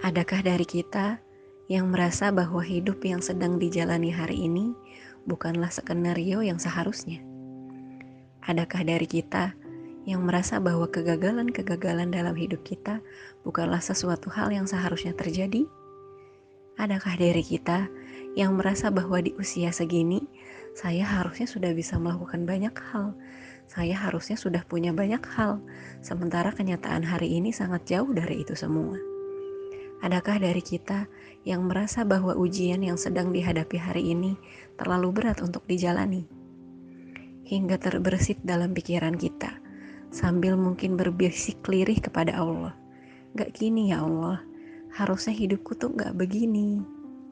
Adakah dari kita yang merasa bahwa hidup yang sedang dijalani hari ini bukanlah skenario yang seharusnya? Adakah dari kita yang merasa bahwa kegagalan-kegagalan dalam hidup kita bukanlah sesuatu hal yang seharusnya terjadi? Adakah dari kita yang merasa bahwa di usia segini saya harusnya sudah bisa melakukan banyak hal, saya harusnya sudah punya banyak hal, sementara kenyataan hari ini sangat jauh dari itu semua? Adakah dari kita yang merasa bahwa ujian yang sedang dihadapi hari ini terlalu berat untuk dijalani? Hingga terbersit dalam pikiran kita, sambil mungkin berbisik lirih kepada Allah. Gak gini ya Allah, harusnya hidupku tuh gak begini.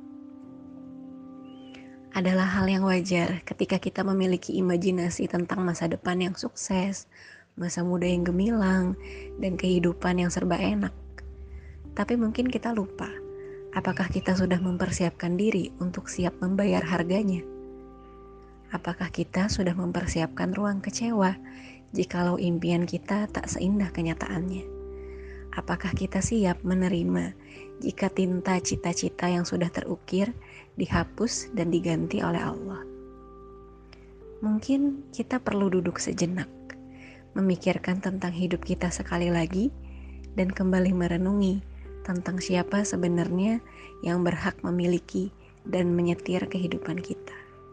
Adalah hal yang wajar ketika kita memiliki imajinasi tentang masa depan yang sukses, masa muda yang gemilang, dan kehidupan yang serba enak. Tapi mungkin kita lupa, apakah kita sudah mempersiapkan diri untuk siap membayar harganya? Apakah kita sudah mempersiapkan ruang kecewa jikalau impian kita tak seindah kenyataannya? Apakah kita siap menerima jika tinta cita-cita yang sudah terukir dihapus dan diganti oleh Allah? Mungkin kita perlu duduk sejenak, memikirkan tentang hidup kita sekali lagi, dan kembali merenungi tentang siapa sebenarnya yang berhak memiliki dan menyetir kehidupan kita.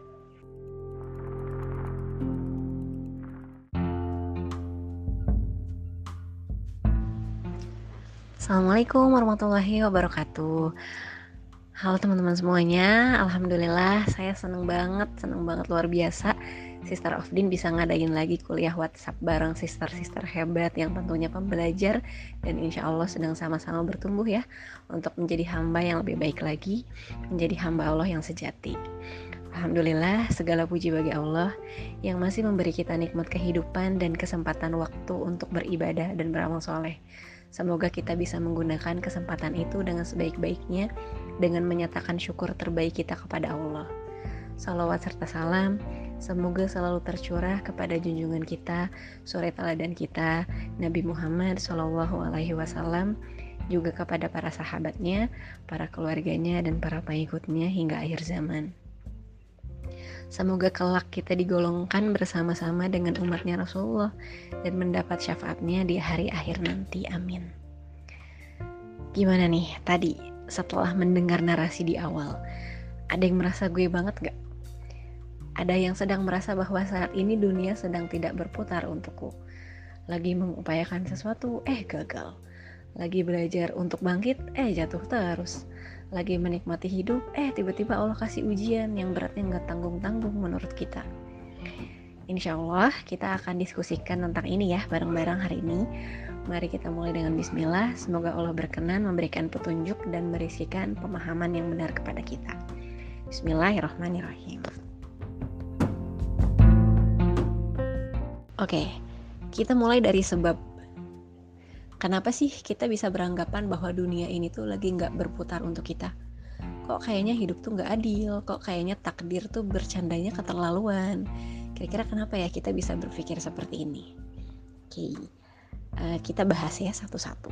Assalamualaikum warahmatullahi wabarakatuh. Halo teman-teman semuanya, alhamdulillah saya seneng banget luar biasa Sister Ofdin bisa ngadain lagi kuliah WhatsApp bareng sister-sister hebat yang tentunya pembelajar dan insya Allah sedang sama-sama bertumbuh ya untuk menjadi hamba yang lebih baik lagi, menjadi hamba Allah yang sejati. Alhamdulillah, segala puji bagi Allah yang masih memberi kita nikmat kehidupan dan kesempatan waktu untuk beribadah dan beramal soleh. Semoga kita bisa menggunakan kesempatan itu dengan sebaik-baiknya dengan menyatakan syukur terbaik kita kepada Allah. Salawat serta salam semoga selalu tercurah kepada junjungan kita, suri teladan kita, Nabi Muhammad SAW, juga kepada para sahabatnya, para keluarganya, dan para pengikutnya hingga akhir zaman. Semoga kelak kita digolongkan bersama-sama dengan umatnya Rasulullah dan mendapat syafaatnya di hari akhir nanti. Amin. Gimana nih tadi setelah mendengar narasi di awal? Ada yang merasa gue banget gak? Ada yang sedang merasa bahwa saat ini dunia sedang tidak berputar untukku. Lagi mengupayakan sesuatu, gagal. Lagi belajar untuk bangkit, jatuh terus. Lagi menikmati hidup, tiba-tiba Allah kasih ujian yang beratnya gak tanggung-tanggung menurut kita. Insya Allah kita akan diskusikan tentang ini ya bareng-bareng hari ini. Mari kita mulai dengan bismillah. Semoga Allah berkenan memberikan petunjuk dan berisikan pemahaman yang benar kepada kita. Bismillahirrahmanirrahim. Oke, kita mulai dari sebab. Kenapa sih kita bisa beranggapan bahwa dunia ini tuh lagi gak berputar untuk kita? Kok kayaknya hidup tuh gak adil? Kok kayaknya takdir tuh bercandanya keterlaluan? Kira-kira kenapa ya kita bisa berpikir seperti ini? Oke, kita bahas ya satu-satu.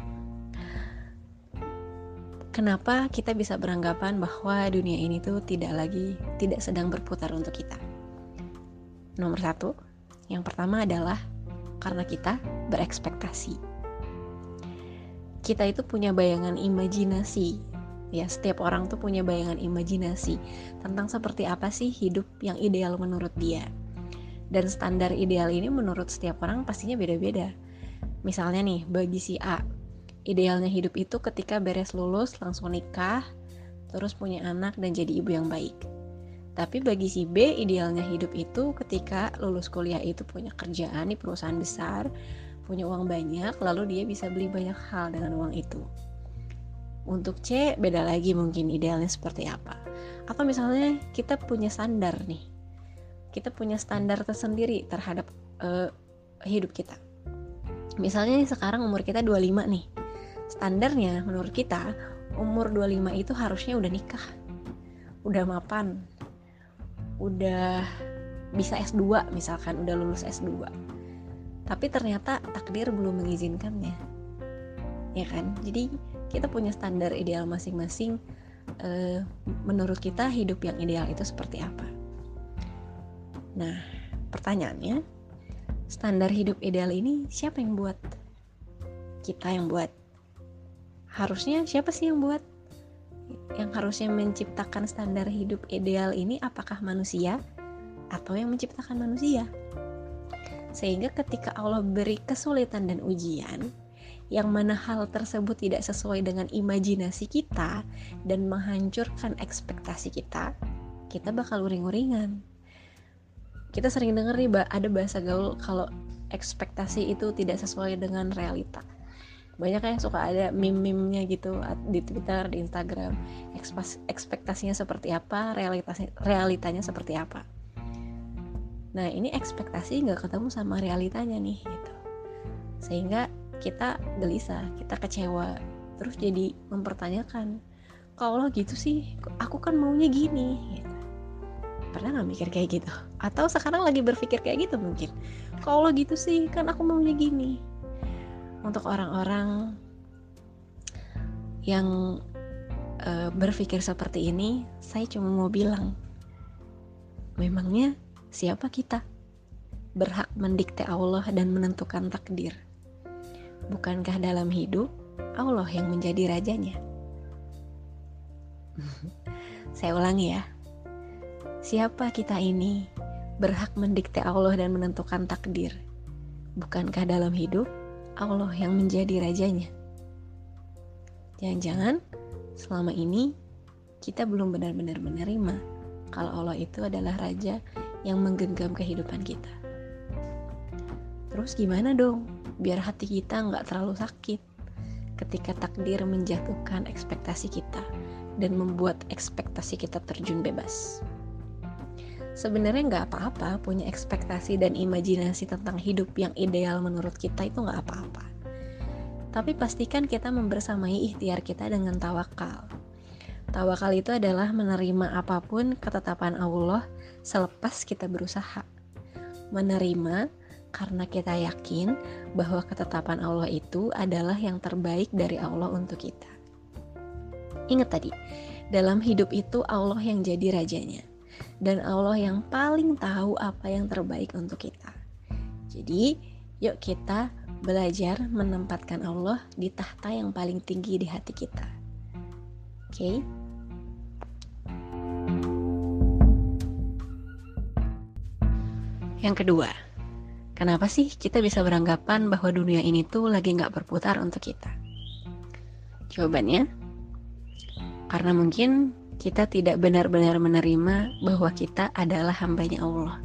Kenapa kita bisa beranggapan bahwa dunia ini tuh tidak sedang berputar untuk kita? Nomor satu, yang pertama adalah karena kita berekspektasi. Kita itu punya bayangan imajinasi. Ya, setiap orang tuh punya bayangan imajinasi tentang seperti apa sih hidup yang ideal menurut dia. Dan standar ideal ini menurut setiap orang pastinya beda-beda. Misalnya nih, bagi si A, idealnya hidup itu ketika beres lulus langsung nikah, terus punya anak dan jadi ibu yang baik. Tapi bagi si B, idealnya hidup itu ketika lulus kuliah itu punya kerjaan di perusahaan besar, punya uang banyak, lalu dia bisa beli banyak hal dengan uang itu. Untuk C, beda lagi mungkin idealnya seperti apa. Atau misalnya kita punya standar nih. Kita punya standar tersendiri terhadap hidup kita. Misalnya nih sekarang umur kita 25 nih. Standarnya menurut kita, umur 25 itu harusnya udah nikah. Udah mapan. Udah bisa S2 misalkan, udah lulus S2. Tapi ternyata takdir belum mengizinkannya. Ya kan? Jadi kita punya standar ideal masing-masing. Menurut kita hidup yang ideal itu seperti apa? Nah, pertanyaannya, standar hidup ideal ini siapa yang buat? Kita yang buat. Harusnya siapa sih yang buat? Yang harusnya menciptakan standar hidup ideal ini apakah manusia atau yang menciptakan manusia? Sehingga ketika Allah beri kesulitan dan ujian, yang mana hal tersebut tidak sesuai dengan imajinasi kita dan menghancurkan ekspektasi kita bakal uring-uringan. Kita sering dengar nih, ada bahasa gaul kalau ekspektasi itu tidak sesuai dengan realita. Banyak yang suka ada meme-nya gitu di Twitter, di Instagram. Ekspektasinya seperti apa, realitanya seperti apa. Nah, ini ekspektasi nggak ketemu sama realitanya nih gitu. Sehingga kita gelisah, kita kecewa, terus jadi mempertanyakan, kalau gitu sih, aku kan maunya gini gitu. Pernah gak mikir kayak gitu? Atau sekarang lagi berpikir kayak gitu mungkin, kalau gitu sih, kan aku maunya gini. Untuk orang-orang yang berpikir seperti ini, saya cuma mau bilang, memangnya siapa kita? Berhak mendikte Allah dan menentukan takdir. Bukankah dalam hidup Allah yang menjadi rajanya? Saya ulangi ya. Siapa kita ini berhak mendikte Allah dan menentukan takdir? Bukankah dalam hidup Allah yang menjadi rajanya? Jangan-jangan selama ini kita belum benar-benar menerima kalau Allah itu adalah raja yang menggenggam kehidupan kita. Terus gimana dong biar hati kita nggak terlalu sakit ketika takdir menjatuhkan ekspektasi kita dan membuat ekspektasi kita terjun bebas? Sebenarnya nggak apa-apa punya ekspektasi dan imajinasi tentang hidup yang ideal menurut kita, itu nggak apa-apa. Tapi pastikan kita membersamai ikhtiar kita dengan tawakal. Tawakal itu adalah menerima apapun ketetapan Allah selepas kita berusaha. Menerima karena kita yakin bahwa ketetapan Allah itu adalah yang terbaik dari Allah untuk kita. Ingat tadi, dalam hidup itu Allah yang jadi rajanya. Dan Allah yang paling tahu apa yang terbaik untuk kita. Jadi, yuk kita belajar menempatkan Allah di tahta yang paling tinggi di hati kita. Oke? Yang kedua, kenapa sih kita bisa beranggapan bahwa dunia ini tuh lagi gak berputar untuk kita? Jawabannya, karena mungkin kita tidak benar-benar menerima bahwa kita adalah hambanya Allah.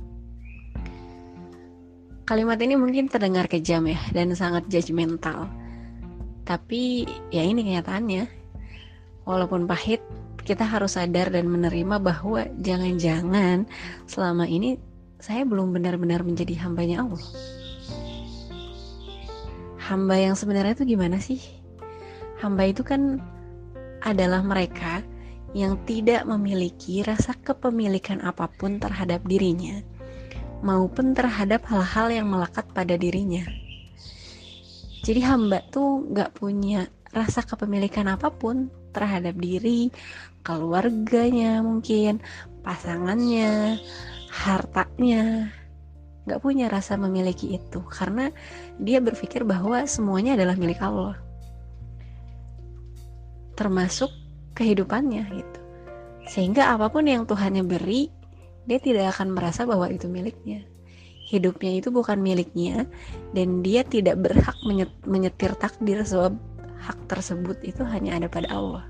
Kalimat ini mungkin terdengar kejam ya, dan sangat judgmental. Tapi ya ini kenyataannya. Walaupun pahit, kita harus sadar dan menerima bahwa jangan-jangan selama ini saya belum benar-benar menjadi hambanya Allah. Hamba yang sebenarnya itu gimana sih? Hamba itu kan adalah mereka yang tidak memiliki rasa kepemilikan apapun terhadap dirinya, maupun terhadap hal-hal yang melekat pada dirinya. Jadi hamba tuh gak punya rasa kepemilikan apapun terhadap diri, keluarganya mungkin, pasangannya, hartanya. Gak punya rasa memiliki itu, karena dia berpikir bahwa semuanya adalah milik Allah, termasuk kehidupannya gitu. Sehingga apapun yang Tuhannya beri, dia tidak akan merasa bahwa itu miliknya. Hidupnya itu bukan miliknya, dan dia tidak berhak menyetir takdir, sebab hak tersebut itu hanya ada pada Allah.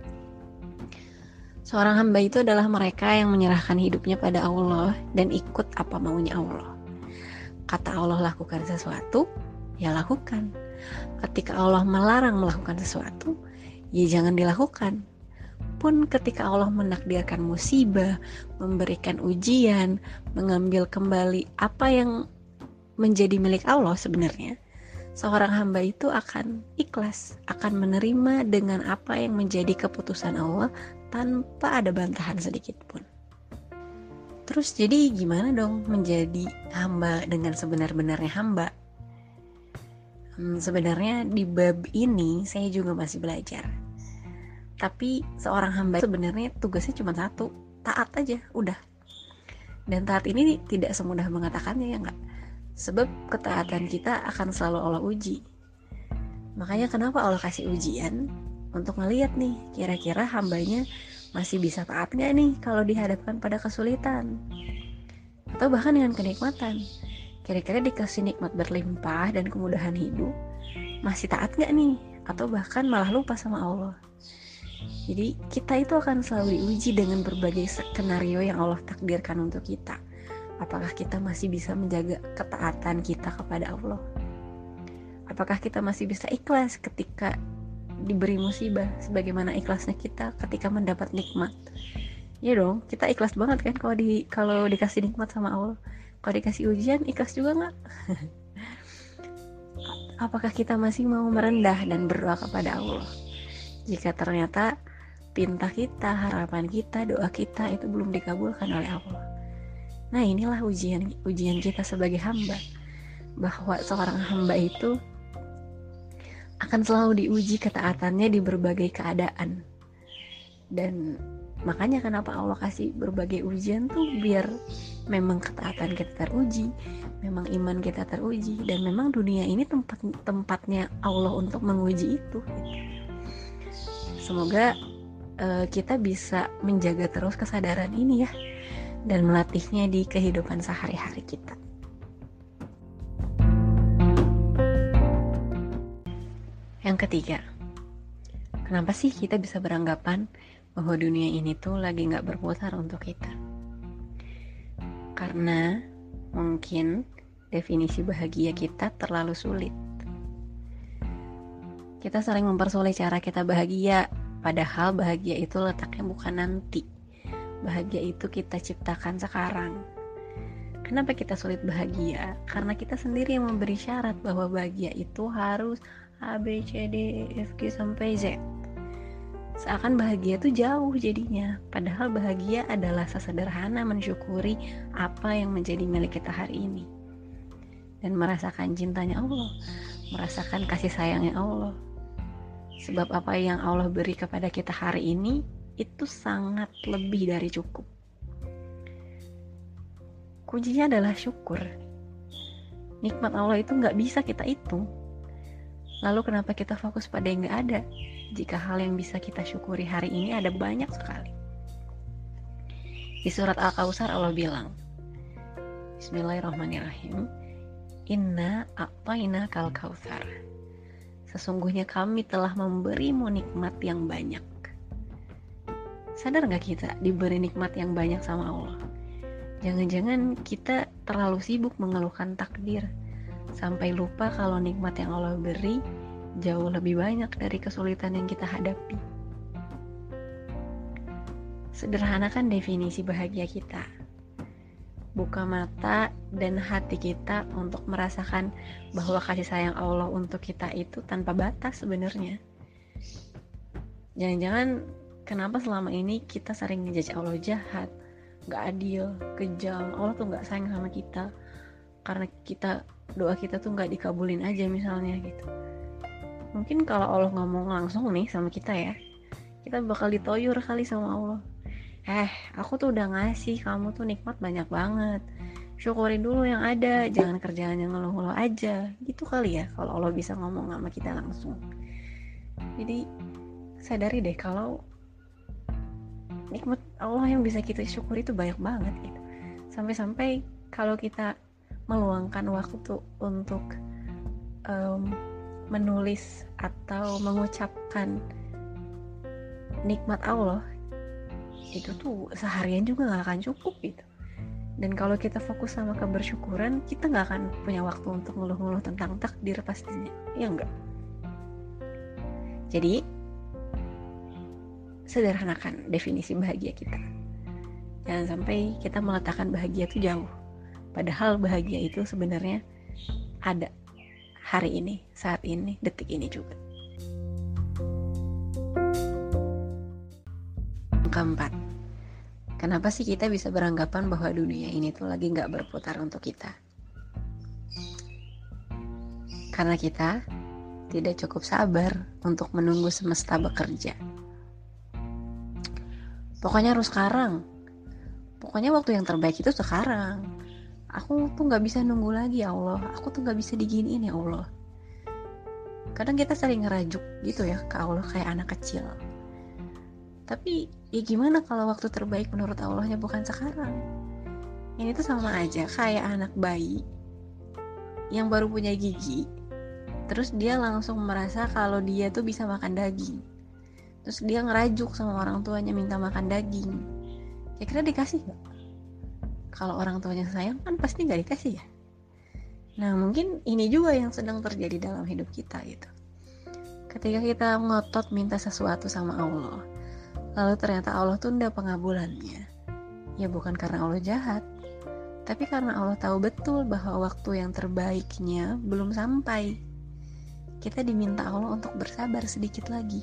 Seorang hamba itu adalah mereka yang menyerahkan hidupnya pada Allah dan ikut apa maunya Allah. Kata Allah lakukan sesuatu, ya lakukan. Ketika Allah melarang melakukan sesuatu, ya jangan dilakukan. Pun ketika Allah menakdirkan musibah, memberikan ujian, mengambil kembali apa yang menjadi milik Allah sebenarnya, seorang hamba itu akan ikhlas, akan menerima dengan apa yang menjadi keputusan Allah tanpa ada bantahan sedikit pun. Terus jadi gimana dong menjadi hamba dengan sebenar-benarnya hamba? Sebenarnya di bab ini saya juga masih belajar. Tapi seorang hamba sebenarnya tugasnya cuma satu, taat aja, udah. Dan taat ini tidak semudah mengatakannya, ya enggak? Sebab ketaatan kita akan selalu Allah uji. Makanya kenapa Allah kasih ujian? Untuk ngeliat nih, kira-kira hambanya masih bisa taat gak nih kalau dihadapkan pada kesulitan? Atau bahkan dengan kenikmatan. Kira-kira dikasih nikmat berlimpah dan kemudahan hidup, masih taat gak nih? Atau bahkan malah lupa sama Allah. Jadi kita itu akan selalu diuji dengan berbagai skenario yang Allah takdirkan untuk kita. Apakah kita masih bisa menjaga ketaatan kita kepada Allah? Apakah kita masih bisa ikhlas ketika diberi musibah, sebagaimana ikhlasnya kita ketika mendapat nikmat? Ya dong, kita ikhlas banget kan kalau dikasih nikmat sama Allah. Kalau dikasih ujian, ikhlas juga nggak? Apakah kita masih mau merendah dan berdoa kepada Allah? Jika ternyata pinta kita, harapan kita, doa kita itu belum dikabulkan oleh Allah. Nah, inilah ujian kita sebagai hamba, bahwa seorang hamba itu akan selalu diuji ketaatannya di berbagai keadaan. Dan makanya kenapa Allah kasih berbagai ujian tuh, biar memang ketaatan kita teruji, memang iman kita teruji, dan memang dunia ini tempatnya Allah untuk menguji itu. Semoga kita bisa menjaga terus kesadaran ini ya, dan melatihnya di kehidupan sehari-hari kita. Yang ketiga, kenapa sih kita bisa beranggapan bahwa dunia ini tuh lagi gak berputar untuk kita? Karena mungkin definisi bahagia kita terlalu sulit. Kita sering mempersulit cara kita bahagia, padahal bahagia itu letaknya bukan nanti. Bahagia itu kita ciptakan sekarang. Kenapa kita sulit bahagia? Karena kita sendiri yang memberi syarat bahwa bahagia itu harus A, B, C, D, F, G, sampai Z. Seakan bahagia itu jauh jadinya. Padahal bahagia adalah sesederhana mensyukuri apa yang menjadi milik kita hari ini. Dan merasakan cintanya Allah, merasakan kasih sayangnya Allah. Sebab apa yang Allah beri kepada kita hari ini itu sangat lebih dari cukup. Kuncinya adalah syukur. Nikmat Allah itu gak bisa kita hitung. Lalu kenapa kita fokus pada yang gak ada? Jika hal yang bisa kita syukuri hari ini ada banyak sekali. Di surat Al-Kautsar Allah bilang, Bismillahirrahmanirrahim, Inna a'tayna kal kautsar. Sesungguhnya kami telah memberimu nikmat yang banyak. Sadar gak kita diberi nikmat yang banyak sama Allah? Jangan-jangan kita terlalu sibuk mengeluhkan takdir, sampai lupa kalau nikmat yang Allah beri jauh lebih banyak dari kesulitan yang kita hadapi. Sederhanakan definisi bahagia kita. Buka mata dan hati kita untuk merasakan bahwa kasih sayang Allah untuk kita itu tanpa batas sebenarnya. Jangan-jangan kenapa selama ini kita sering ngejudge Allah jahat, gak adil, kejam, Allah tuh gak sayang sama kita karena doa kita tuh gak dikabulin aja misalnya gitu. Mungkin kalau Allah ngomong langsung nih sama kita ya, kita bakal ditoyur kali sama Allah. Aku tuh udah ngasih kamu tuh nikmat banyak banget, syukurin dulu yang ada, jangan kerjaannya ngeluh-ngeluh aja. Gitu kali ya kalau Allah bisa ngomong sama kita langsung. Jadi sadari deh kalau nikmat Allah yang bisa kita syukuri itu banyak banget gitu. Sampai-sampai kalau kita meluangkan waktu untuk menulis atau mengucapkan nikmat Allah, itu tuh seharian juga gak akan cukup gitu. Dan kalau kita fokus sama kebersyukuran, kita gak akan punya waktu untuk ngeluh-ngeluh tentang takdir pastinya, ya enggak? Jadi sederhanakan definisi bahagia kita. Jangan sampai kita meletakkan bahagia itu jauh, padahal bahagia itu sebenarnya ada hari ini, saat ini, detik ini juga. Keempat, kenapa sih kita bisa beranggapan bahwa dunia ini tuh lagi gak berputar untuk kita? Karena kita tidak cukup sabar untuk menunggu semesta bekerja. Pokoknya harus sekarang. Pokoknya waktu yang terbaik itu sekarang. Aku tuh gak bisa nunggu lagi ya Allah. Aku tuh gak bisa diginiin ya Allah. Kadang kita sering ngerajuk gitu ya ke Allah kayak anak kecil. Tapi ya gimana kalau waktu terbaik menurut Allahnya bukan sekarang? Ini tuh sama aja kayak anak bayi yang baru punya gigi. Terus dia langsung merasa kalau dia tuh bisa makan daging. Terus dia ngerajuk sama orang tuanya minta makan daging. Kira-kira dikasih gak? Kalau orang tuanya sayang kan pasti gak dikasih ya. Nah mungkin ini juga yang sedang terjadi dalam hidup kita gitu. Ketika kita ngotot minta sesuatu sama Allah, lalu ternyata Allah tunda pengabulannya, ya bukan karena Allah jahat, tapi karena Allah tahu betul bahwa waktu yang terbaiknya belum sampai. Kita diminta Allah untuk bersabar sedikit lagi.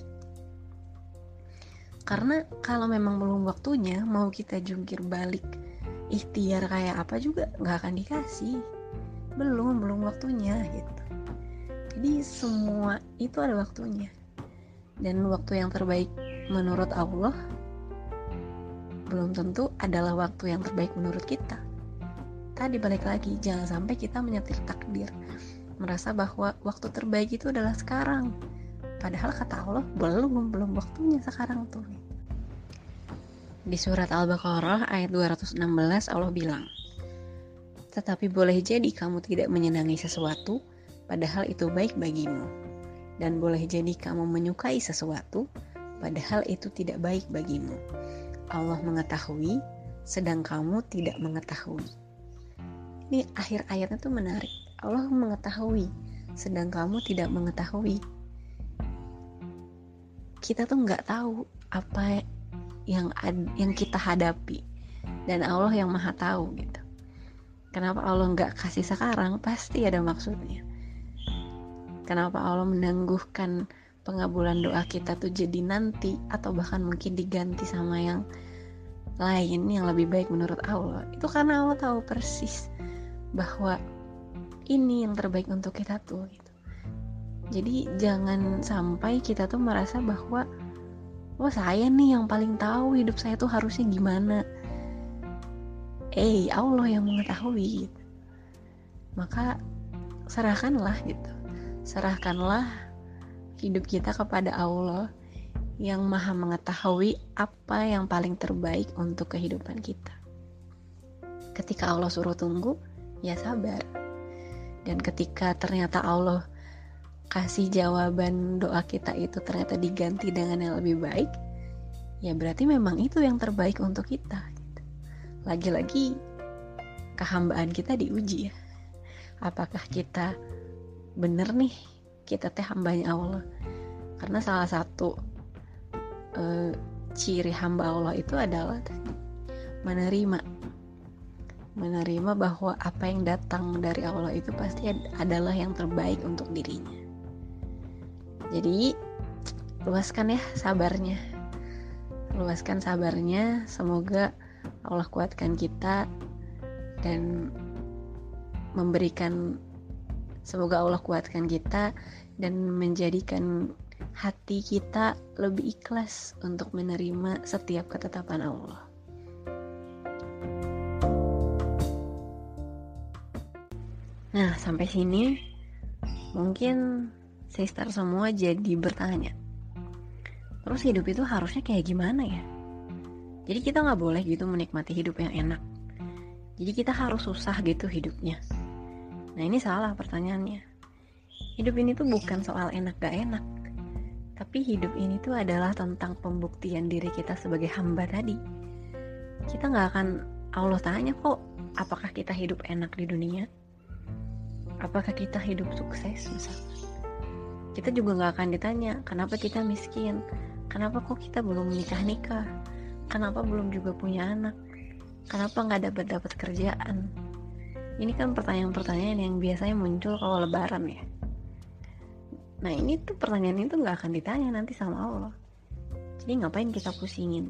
Karena kalau memang belum waktunya, mau kita jungkir balik ikhtiar kayak apa juga gak akan dikasih. Belum waktunya gitu. Jadi semua itu ada waktunya. Dan waktu yang terbaik menurut Allah belum tentu adalah waktu yang terbaik menurut kita. Tadi balik lagi, jangan sampai kita menyetir takdir, merasa bahwa waktu terbaik itu adalah sekarang. Padahal kata Allah belum waktunya sekarang tuh. Di surat Al-Baqarah ayat 216 Allah bilang, tetapi boleh jadi kamu tidak menyenangi sesuatu, padahal itu baik bagimu. Dan boleh jadi kamu menyukai sesuatu, padahal itu tidak baik bagimu. Allah mengetahui, sedang kamu tidak mengetahui. Ini akhir ayatnya tuh menarik. Allah mengetahui, sedang kamu tidak mengetahui. Kita tuh nggak tahu apa yang kita hadapi, dan Allah yang maha tahu gitu. Kenapa Allah nggak kasih sekarang? Pasti ada maksudnya. Kenapa Allah menangguhkan pengabulan doa kita tuh jadi nanti, atau bahkan mungkin diganti sama yang lain yang lebih baik menurut Allah? Itu karena Allah tahu persis bahwa ini yang terbaik untuk kita tuh gitu. Jadi jangan sampai kita tuh merasa bahwa saya nih yang paling tahu hidup saya tuh harusnya gimana. Allah yang mengetahui gitu. Maka serahkanlah gitu. Serahkanlah hidup kita kepada Allah yang maha mengetahui apa yang paling terbaik untuk kehidupan kita. Ketika Allah suruh tunggu, ya sabar. Dan ketika ternyata Allah kasih jawaban doa kita itu ternyata diganti dengan yang lebih baik, ya berarti memang itu yang terbaik untuk kita gitu. Lagi-lagi kehambaan kita diuji ya. Apakah kita bener nih kita teh hambanya Allah? Karena salah satu ciri hamba Allah itu adalah menerima bahwa apa yang datang dari Allah itu pasti adalah yang terbaik untuk dirinya. Jadi luaskan sabarnya, semoga Allah kuatkan kita dan menjadikan hati kita lebih ikhlas untuk menerima setiap ketetapan Allah. Nah, sampai sini mungkin sister semua jadi bertanya, terus hidup itu harusnya kayak gimana ya? Jadi kita gak boleh gitu menikmati hidup yang enak, jadi kita harus susah gitu hidupnya. Nah ini salah pertanyaannya. Hidup ini tuh bukan soal enak gak enak, tapi hidup ini tuh adalah tentang pembuktian diri kita sebagai hamba tadi. Kita gak akan Allah tanya kok apakah kita hidup enak di dunia, apakah kita hidup sukses misalnya. Kita juga gak akan ditanya kenapa kita miskin, kenapa kok kita belum nikah, kenapa belum juga punya anak, kenapa gak dapat kerjaan. Ini kan pertanyaan-pertanyaan yang biasanya muncul kalau lebaran ya. Nah ini tuh pertanyaan itu gak akan ditanya nanti sama Allah. Jadi ngapain kita pusingin?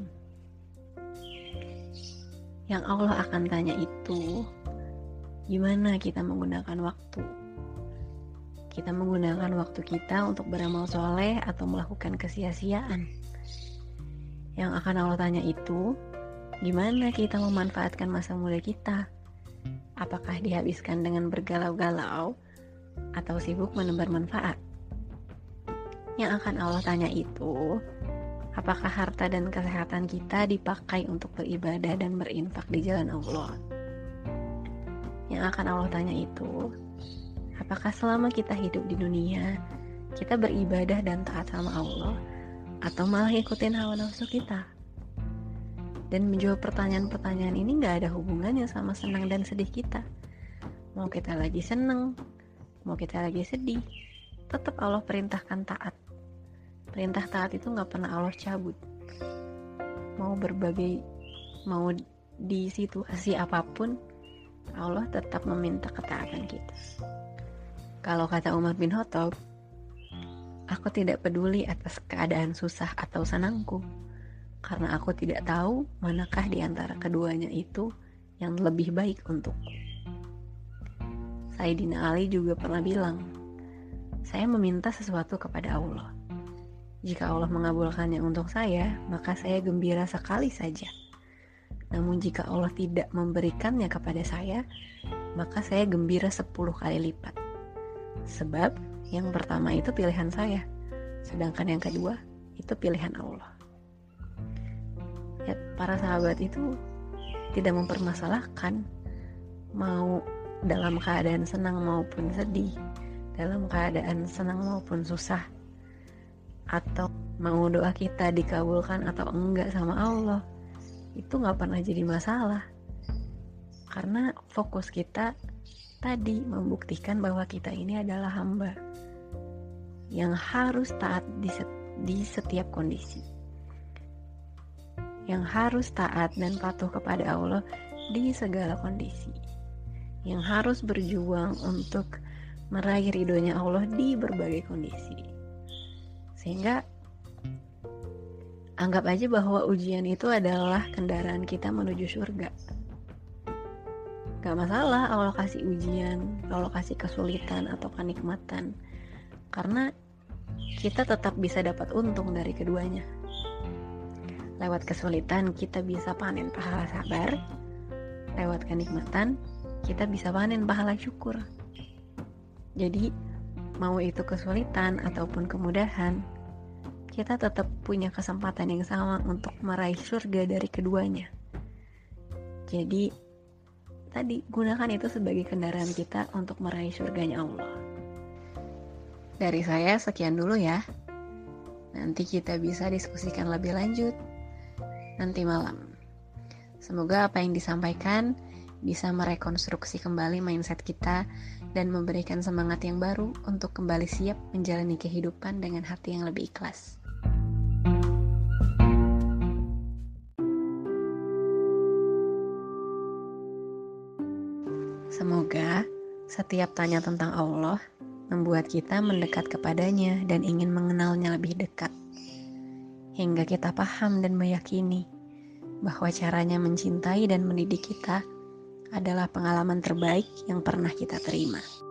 Yang Allah akan tanya itu gimana kita menggunakan waktu, kita menggunakan waktu kita untuk beramal soleh atau melakukan kesia-siaan. Yang akan Allah tanya itu, gimana kita memanfaatkan masa muda kita? Apakah dihabiskan dengan bergalau-galau atau sibuk menebar manfaat? Yang akan Allah tanya itu, apakah harta dan kesehatan kita dipakai untuk beribadah dan berinfak di jalan Allah? Yang akan Allah tanya itu, apakah selama kita hidup di dunia, kita beribadah dan taat sama Allah, atau malah ngikutin hawa nafsu kita? Dan menjawab pertanyaan-pertanyaan ini gak ada hubungannya sama senang dan sedih kita. Mau kita lagi senang, mau kita lagi sedih, tetap Allah perintahkan taat. Perintah taat itu gak pernah Allah cabut. Mau di situasi apapun, Allah tetap meminta ketaatan kita. Kalau kata Umar bin Khattab, aku tidak peduli atas keadaan susah atau senangku, karena aku tidak tahu manakah di antara keduanya itu yang lebih baik untukku. Sayyidina Ali juga pernah bilang, saya meminta sesuatu kepada Allah. Jika Allah mengabulkannya untuk saya, maka saya gembira sekali saja. Namun jika Allah tidak memberikannya kepada saya, maka saya gembira 10 kali lipat. Sebab yang pertama itu pilihan saya, sedangkan yang kedua itu pilihan Allah. Ya, para sahabat itu tidak mempermasalahkan mau dalam keadaan senang maupun sedih, dalam keadaan senang maupun susah, atau mau doa kita dikabulkan atau enggak sama Allah. Itu gak pernah jadi masalah, karena fokus kita tadi membuktikan bahwa kita ini adalah hamba yang harus taat di setiap kondisi, yang harus taat dan patuh kepada Allah di segala kondisi, yang harus berjuang untuk meraih ridhonya Allah di berbagai kondisi. Sehingga anggap aja bahwa ujian itu adalah kendaraan kita menuju surga. Gak masalah Allah kasih ujian, Allah kasih kesulitan atau kenikmatan, karena kita tetap bisa dapat untung dari keduanya. Lewat kesulitan kita bisa panen pahala sabar, lewat kenikmatan kita bisa panen pahala syukur. Jadi mau itu kesulitan ataupun kemudahan, kita tetap punya kesempatan yang sama untuk meraih surga dari keduanya. Jadi tadi gunakan itu sebagai kendaraan kita untuk meraih surganya Allah. Dari saya sekian dulu ya. Nanti kita bisa diskusikan lebih lanjut nanti malam. Semoga apa yang disampaikan bisa merekonstruksi kembali mindset kita dan memberikan semangat yang baru untuk kembali siap menjalani kehidupan dengan hati yang lebih ikhlas. Semoga setiap tanya tentang Allah membuat kita mendekat kepadanya dan ingin mengenalnya lebih dekat, hingga kita paham dan meyakini bahwa caranya mencintai dan mendidik kita adalah pengalaman terbaik yang pernah kita terima.